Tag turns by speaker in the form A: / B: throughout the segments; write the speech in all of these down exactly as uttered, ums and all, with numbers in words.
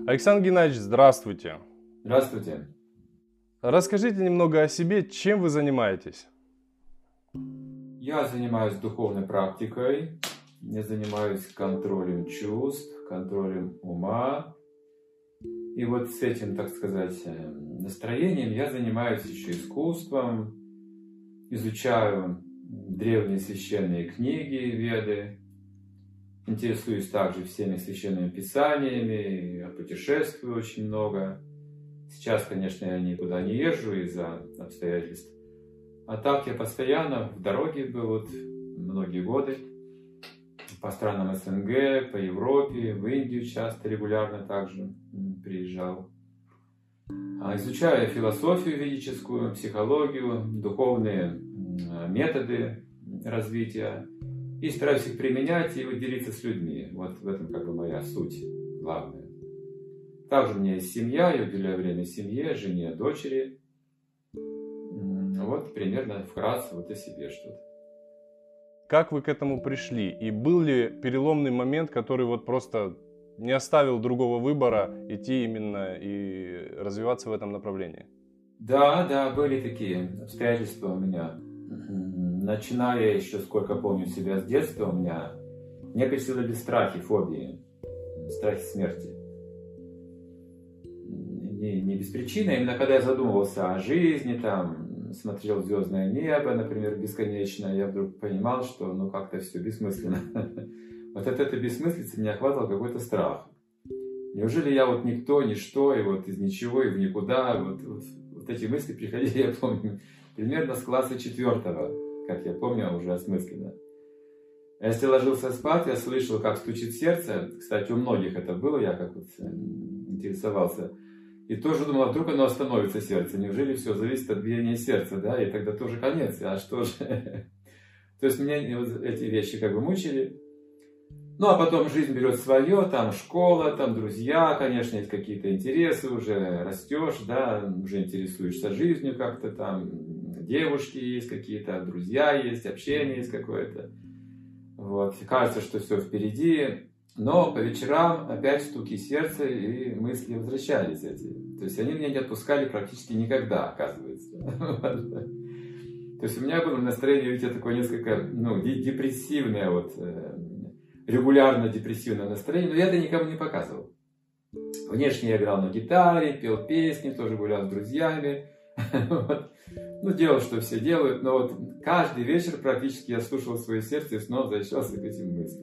A: Александр Геннадьевич, здравствуйте.
B: Здравствуйте.
A: Расскажите немного о себе, чем вы занимаетесь?
B: Я занимаюсь духовной практикой, я занимаюсь контролем чувств, контролем ума. И вот с этим, так сказать, настроением я занимаюсь еще искусством, изучаю древние священные книги, Веды, интересуюсь также всеми священными писаниями, я путешествую очень много. Сейчас, конечно, я никуда не езжу из-за обстоятельств. А так я постоянно в дороге был вот многие годы. По странам СНГ, по Европе, в Индию часто, регулярно также приезжал. Изучаю философию ведическую, психологию, духовные методы развития. И стараюсь их применять и делиться с людьми. Вот в этом как бы моя суть главная. Также у меня есть семья, я уделяю время семье, жене, дочери. Вот примерно вкратце вот о себе что-то.
A: Как вы к этому пришли? И был ли переломный момент, который вот просто не оставил другого выбора идти именно и развиваться в этом направлении?
B: Да, да, были такие обстоятельства у меня. Начиная еще, сколько помню себя с детства, у меня меня преследовали страхи, фобии, страхи смерти. Не, не без причины, именно когда я задумывался о жизни, там, смотрел звездное небо, например, бесконечно, я вдруг понимал, что ну как-то все бессмысленно. Вот от этой бессмыслицы меня охватывал какой-то страх. Неужели я вот никто, ничто, и вот из ничего, и в никуда, вот, вот, вот эти мысли приходили, я помню, примерно с класса четвертого, как я помню, уже осмысленно. А если ложился спать, я слышал, как стучит сердце. Кстати, у многих это было, я как вот интересовался. И тоже думал, а вдруг оно остановится, сердце. Неужели все зависит от биения сердца, да? И тогда тоже конец. А что же? То есть меня вот эти вещи как бы мучили. Ну, а потом жизнь берет свое, там школа, там друзья, конечно, есть какие-то интересы, уже растешь, да, уже интересуешься жизнью как-то там. Девушки есть какие-то, друзья есть, общение есть какое-то. Вот. Кажется, что все впереди. Но по вечерам опять стуки сердца и мысли возвращались эти. То есть они меня не отпускали практически никогда, оказывается. То есть у меня было настроение, видите, такое несколько ну, депрессивное, вот, регулярно депрессивное настроение, но я это никому не показывал. Внешне я играл на гитаре, пел песни, тоже гулял с друзьями. Вот. Ну, делал, что все делают, но вот каждый вечер практически я слушал свое сердце и снова возвращался к этим мыслям.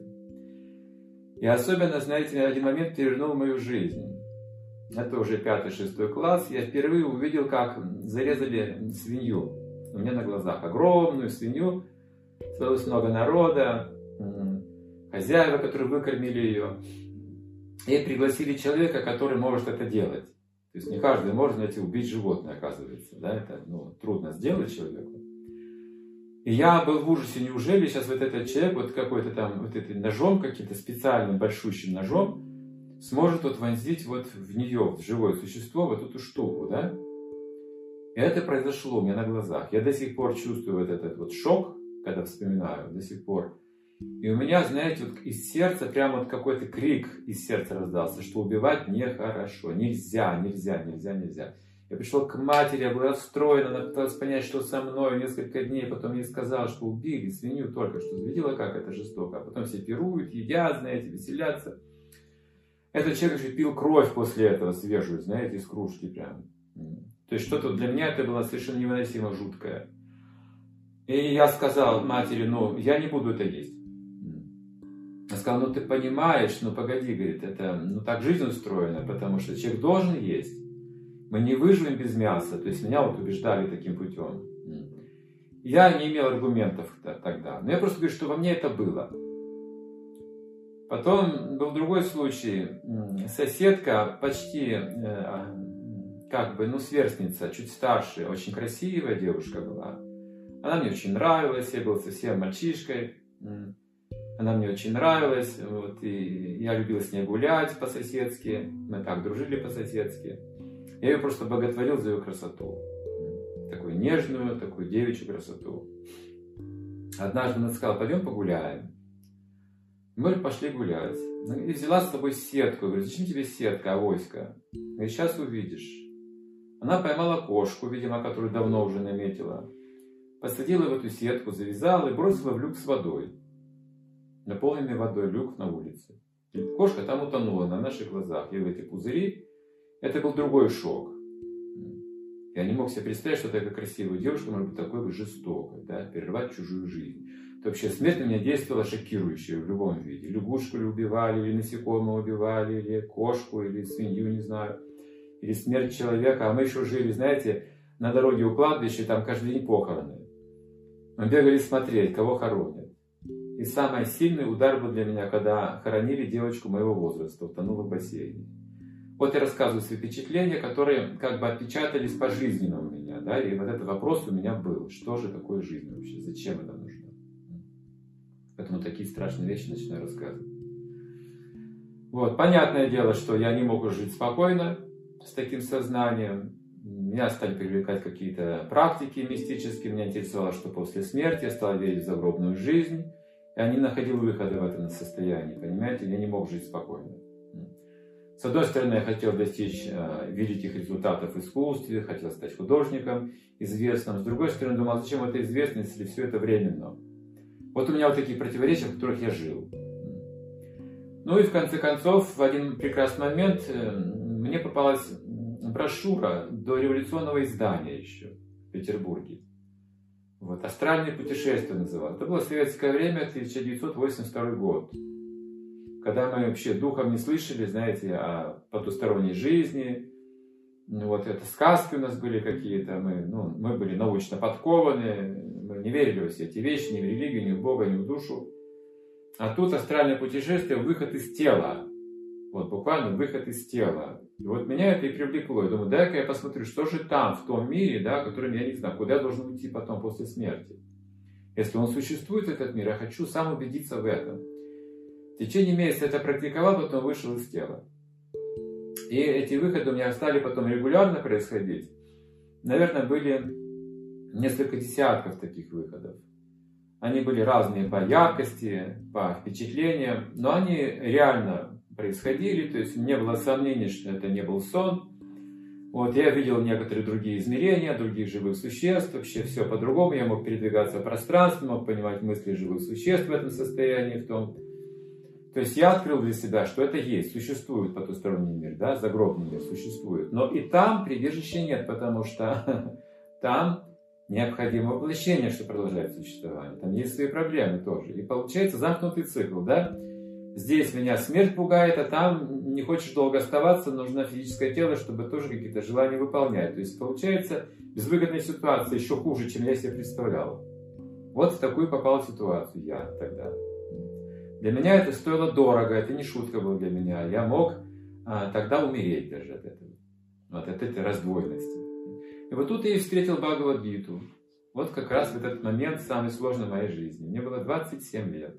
B: И особенно, знаете, один момент перевернул мою жизнь. Это уже пятый-шестой класс. Я впервые увидел, как зарезали свинью. У меня на глазах огромную свинью. Собралось много народа. Хозяева, которые выкормили ее. И пригласили человека, который может это делать. То есть не каждый может, знаете, убить животное, оказывается. Да? Это ну, трудно сделать человеку. И я был в ужасе, неужели сейчас вот этот человек, вот какой-то там, вот этим ножом, каким-то специальным большущим ножом, сможет вот вонзить вот в нее, в живое существо, вот эту штуку, да? И это произошло у меня на глазах. Я до сих пор чувствую вот этот вот шок, когда вспоминаю, до сих пор. И у меня, знаете, вот из сердца прямо вот какой-то крик из сердца раздался, что убивать нехорошо, нельзя, нельзя, нельзя, нельзя. Я пришел к матери, я был расстроен, она пыталась понять, что со мной несколько дней, потом ей сказала, что убили свинью только что, видела, как это жестоко, а потом все пируют, едят, знаете, веселятся. Этот человек же пил кровь после этого свежую, знаете, из кружки прям. То есть что-то для меня это было совершенно невыносимо жуткое. И я сказал матери, ну, я не буду это есть. Я сказал, ну ты понимаешь, ну погоди, говорит, это, ну так жизнь устроена, потому что человек должен есть. Мы не выживем без мяса. То есть меня вот убеждали таким путем. Я не имел аргументов тогда. Но я просто говорю, что во мне это было. Потом был другой случай. Соседка, почти как бы, ну, сверстница, чуть старше, очень красивая девушка была. Она мне очень нравилась, я был совсем мальчишкой. Она мне очень нравилась. Вот, и я любил с ней гулять по-соседски. Мы так дружили по-соседски. Я ее просто боготворил за ее красоту. Такую нежную, такую девичью красоту. Однажды она сказала, пойдем погуляем. Мы пошли гулять. И взяла с собой сетку. Я говорю, зачем тебе сетка, авоська? Говорит, сейчас увидишь. Она поймала кошку, видимо, которую давно уже наметила. Посадила в эту сетку, завязала и бросила в люк с водой. Наполненный водой люк на улице. И кошка там утонула на наших глазах. И в эти пузыри. Это был другой шок. Я не мог себе представить, что такая красивая девушка может быть такой бы жестокой, да, перерывать чужую жизнь. То вообще смерть на меня действовала шокирующе в любом виде. Лягушку ли убивали, или насекомого убивали, или кошку, или свинью, не знаю. Или смерть человека. А мы еще жили, знаете, на дороге у кладбища, там каждый день похороны. Мы бегали смотреть, кого хоронят. И самый сильный удар был для меня, когда хоронили девочку моего возраста, утонула в бассейне. Вот я рассказываю свои впечатления, которые как бы отпечатались пожизненно у меня, да, и вот этот вопрос у меня был, что же такое жизнь вообще, зачем это нужно? Поэтому такие страшные вещи начинаю рассказывать. Вот, понятное дело, что я не мог уже жить спокойно с таким сознанием. Меня стали привлекать какие-то практики мистические, меня интересовало, что после смерти я стал верить в загробную жизнь, я не находил выхода в этом состоянии, понимаете, я не мог жить спокойно. С одной стороны, я хотел достичь э, великих результатов в искусстве, хотел стать художником известным. С другой стороны, думал, зачем эта известность, если все это временно. Вот у меня вот такие противоречия, в которых я жил. Ну и в конце концов, в один прекрасный момент э, мне попалась брошюра до революционного издания еще в Петербурге. Вот, «Астральные путешествия» называлось. Это было советское время, тысяча девятьсот восемьдесят второй год. Когда мы вообще духом не слышали, знаете, о потусторонней жизни. Вот это сказки у нас были какие-то. Мы, ну, мы были научно подкованы. Мы не верили во все эти вещи, ни в религию, ни в Бога, ни в душу. А тут астральное путешествие, выход из тела. Вот буквально выход из тела. И вот меня это и привлекло. Я думаю, дай-ка я посмотрю, что же там, в том мире, да, которым я не знаю, куда я должен уйти потом после смерти. Если он существует, этот мир, я хочу сам убедиться в этом. В течение месяца это практиковал, потом вышел из тела. И эти выходы у меня стали потом регулярно происходить. Наверное, были несколько десятков таких выходов. Они были разные по яркости, по впечатлениям, но они реально происходили, то есть не было сомнений, что это не был сон. Вот, я видел некоторые другие измерения, других живых существ, вообще все по-другому. Я мог передвигаться в пространстве, мог понимать мысли живых существ в этом состоянии, в том. То есть я открыл для себя, что это есть, существует потусторонний мир, да, загробный мир существует. Но и там прибежища нет, потому что там необходимо воплощение, чтобы продолжать существование. Там есть свои проблемы тоже. И получается замкнутый цикл, да. Здесь меня смерть пугает, а там не хочешь долго оставаться, нужно физическое тело, чтобы тоже какие-то желания выполнять. То есть получается безвыгодная ситуация, еще хуже, чем я себе представлял. Вот в такую попал ситуацию я тогда. Для меня это стоило дорого, это не шутка была для меня. Я мог а, тогда умереть даже от этого, вот от этой раздвоенности. И вот тут я и встретил Бхагавад-гиту. Вот как раз в этот момент самый сложный в моей жизни. Мне было двадцать семь лет.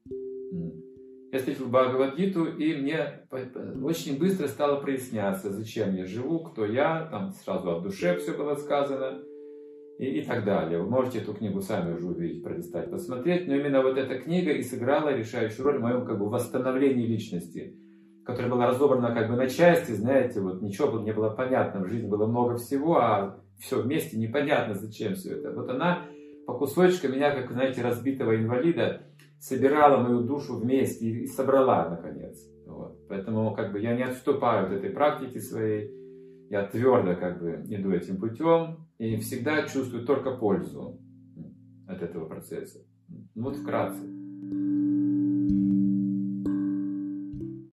B: Я встретил Бхагавад-гиту, и мне очень быстро стало проясняться, зачем я живу, кто я. Там сразу о душе все было сказано. И, и так далее. Вы можете эту книгу сами уже увидеть, пролистать, посмотреть. Но именно вот эта книга и сыграла решающую роль в моем как бы восстановлении личности, которая была разобрана как бы на части, знаете, вот ничего не было понятно, в жизни было много всего, а все вместе непонятно, зачем все это. Вот она по кусочкам меня, как, знаете, разбитого инвалида, собирала мою душу вместе и собрала, наконец. Вот. Поэтому как бы я не отступаю от этой практики своей, я твердо как бы иду этим путем и всегда чувствую только пользу от этого процесса. Ну вот вкратце.